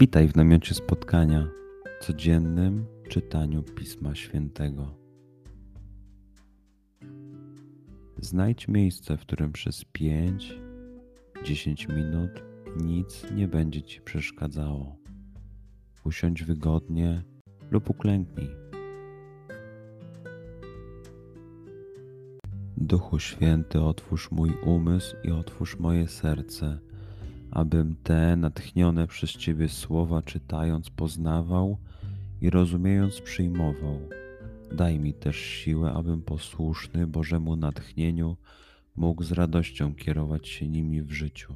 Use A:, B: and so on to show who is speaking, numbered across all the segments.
A: Witaj w namiocie spotkania, codziennym czytaniu Pisma Świętego. Znajdź miejsce, w którym przez 5-10 minut nic nie będzie Ci przeszkadzało. Usiądź wygodnie lub uklęknij. Duchu Święty, otwórz mój umysł i otwórz moje serce, abym te natchnione przez Ciebie słowa czytając poznawał i rozumiejąc przyjmował. Daj mi też siłę, abym posłuszny Bożemu natchnieniu mógł z radością kierować się nimi w życiu.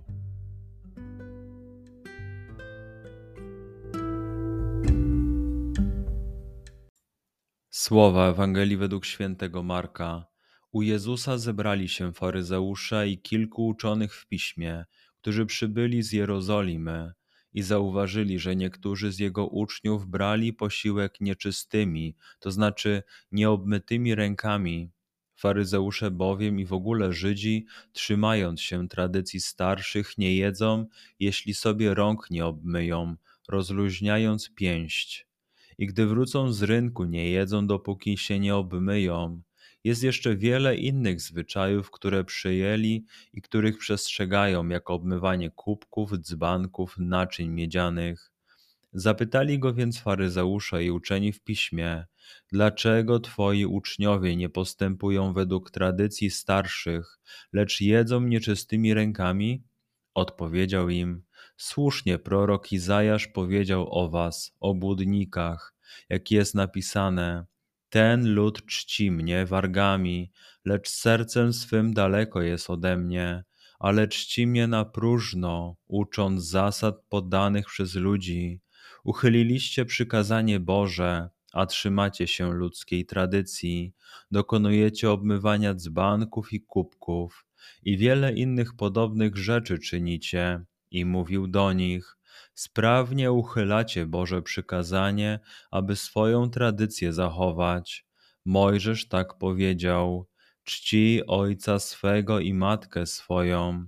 B: Słowa Ewangelii według świętego Marka. U Jezusa zebrali się faryzeusze i kilku uczonych w piśmie, którzy przybyli z Jerozolimy i zauważyli, że niektórzy z jego uczniów brali posiłek nieczystymi, to znaczy nieobmytymi rękami. Faryzeusze bowiem i w ogóle Żydzi, trzymając się tradycji starszych, nie jedzą, jeśli sobie rąk nie obmyją, rozluźniając pięść. I gdy wrócą z rynku, nie jedzą, dopóki się nie obmyją. Jest jeszcze wiele innych zwyczajów, które przyjęli i których przestrzegają, jak obmywanie kubków, dzbanków, naczyń miedzianych. Zapytali go więc faryzeusze i uczeni w piśmie, dlaczego twoi uczniowie nie postępują według tradycji starszych, lecz jedzą nieczystymi rękami? Odpowiedział im, słusznie prorok Izajasz powiedział o was, obłudnikach, jak jest napisane, ten lud czci mnie wargami, lecz sercem swym daleko jest ode mnie, ale czci mnie na próżno, ucząc zasad podanych przez ludzi. Uchyliliście przykazanie Boże, a trzymacie się ludzkiej tradycji, dokonujecie obmywania dzbanków i kubków i wiele innych podobnych rzeczy czynicie. I mówił do nich, sprawnie uchylacie Boże przykazanie, aby swoją tradycję zachować. Mojżesz tak powiedział, czcij ojca swego i matkę swoją,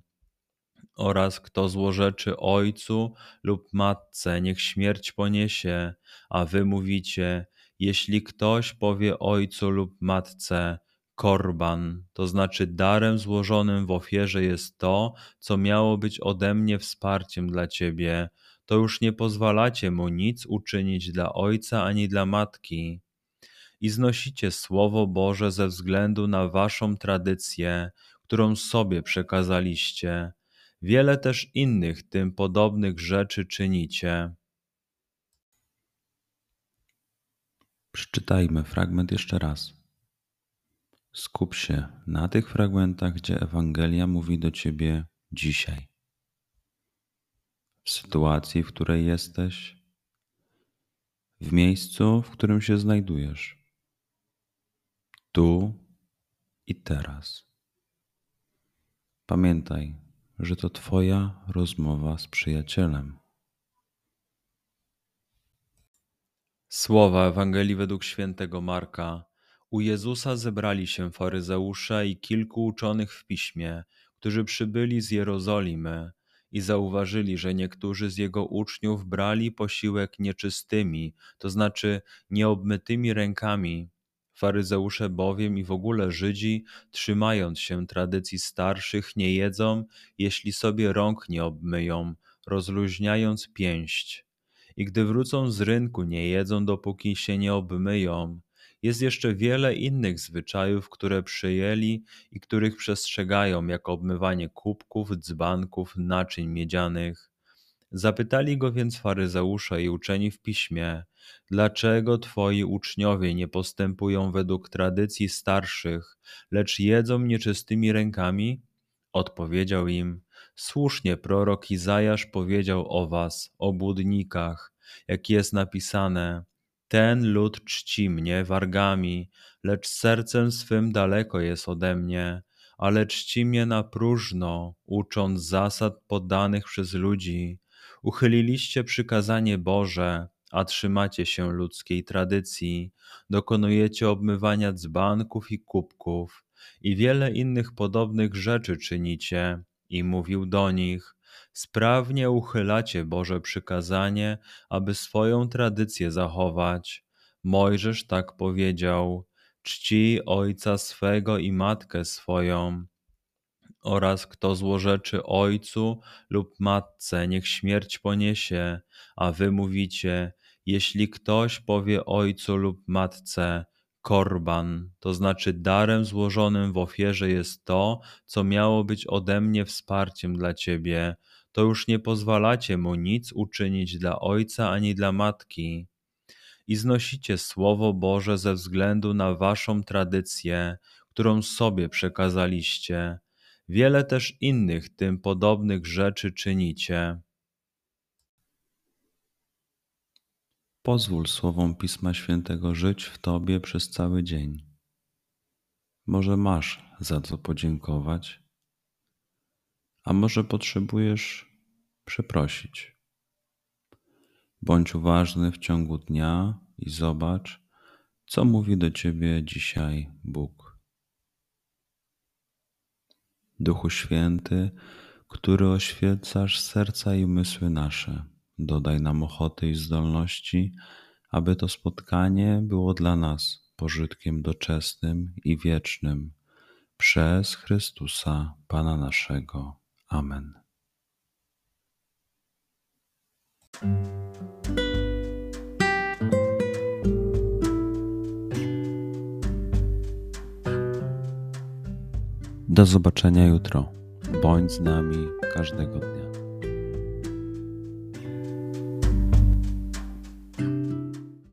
B: oraz kto złorzeczy ojcu lub matce, niech śmierć poniesie, a wy mówicie, jeśli ktoś powie ojcu lub matce, korban, to znaczy darem złożonym w ofierze jest to, co miało być ode mnie wsparciem dla ciebie, to już nie pozwalacie mu nic uczynić dla ojca ani dla matki. I znosicie Słowo Boże ze względu na waszą tradycję, którą sobie przekazaliście. Wiele też innych tym podobnych rzeczy czynicie.
A: Przeczytajmy fragment jeszcze raz. Skup się na tych fragmentach, gdzie Ewangelia mówi do Ciebie dzisiaj. W sytuacji, w której jesteś, w miejscu, w którym się znajdujesz, tu i teraz. Pamiętaj, że to Twoja rozmowa z przyjacielem.
B: Słowa Ewangelii według świętego Marka. U Jezusa zebrali się faryzeusze i kilku uczonych w piśmie, którzy przybyli z Jerozolimy i zauważyli, że niektórzy z jego uczniów brali posiłek nieczystymi, to znaczy nieobmytymi rękami. Faryzeusze bowiem i w ogóle Żydzi, trzymając się tradycji starszych, nie jedzą, jeśli sobie rąk nie obmyją, rozluźniając pięść. I gdy wrócą z rynku, nie jedzą, dopóki się nie obmyją. Jest jeszcze wiele innych zwyczajów, które przyjęli i których przestrzegają, jak obmywanie kubków, dzbanków, naczyń miedzianych. Zapytali go więc faryzeusze i uczeni w piśmie, dlaczego twoi uczniowie nie postępują według tradycji starszych, lecz jedzą nieczystymi rękami? Odpowiedział im, słusznie prorok Izajasz powiedział o was, obłudnikach, jak jest napisane, ten lud czci mnie wargami, lecz sercem swym daleko jest ode mnie, ale czci mnie na próżno, ucząc zasad podanych przez ludzi. Uchyliliście przykazanie Boże, a trzymacie się ludzkiej tradycji, dokonujecie obmywania dzbanków i kubków i wiele innych podobnych rzeczy czynicie. I mówił do nich, Sprawnie uchylacie Boże przykazanie, aby swoją tradycję zachować. Mojżesz tak powiedział: czcij ojca swego i matkę swoją. Oraz kto złorzeczy ojcu lub matce, niech śmierć poniesie. A wy mówicie: jeśli ktoś powie ojcu lub matce, korban, to znaczy darem złożonym w ofierze jest to, co miało być ode mnie wsparciem dla ciebie, to już nie pozwalacie mu nic uczynić dla ojca ani dla matki. I znosicie Słowo Boże ze względu na waszą tradycję, którą sobie przekazaliście. Wiele też innych tym podobnych rzeczy czynicie.
A: Pozwól słowom Pisma Świętego żyć w Tobie przez cały dzień. Może masz za co podziękować, a może potrzebujesz przeprosić. Bądź uważny w ciągu dnia i zobacz, co mówi do Ciebie dzisiaj Bóg. Duchu Święty, który oświecasz serca i umysły nasze, dodaj nam ochoty i zdolności, aby to spotkanie było dla nas pożytkiem doczesnym i wiecznym. Przez Chrystusa, Pana naszego. Amen. Do zobaczenia jutro. Bądź z nami każdego dnia.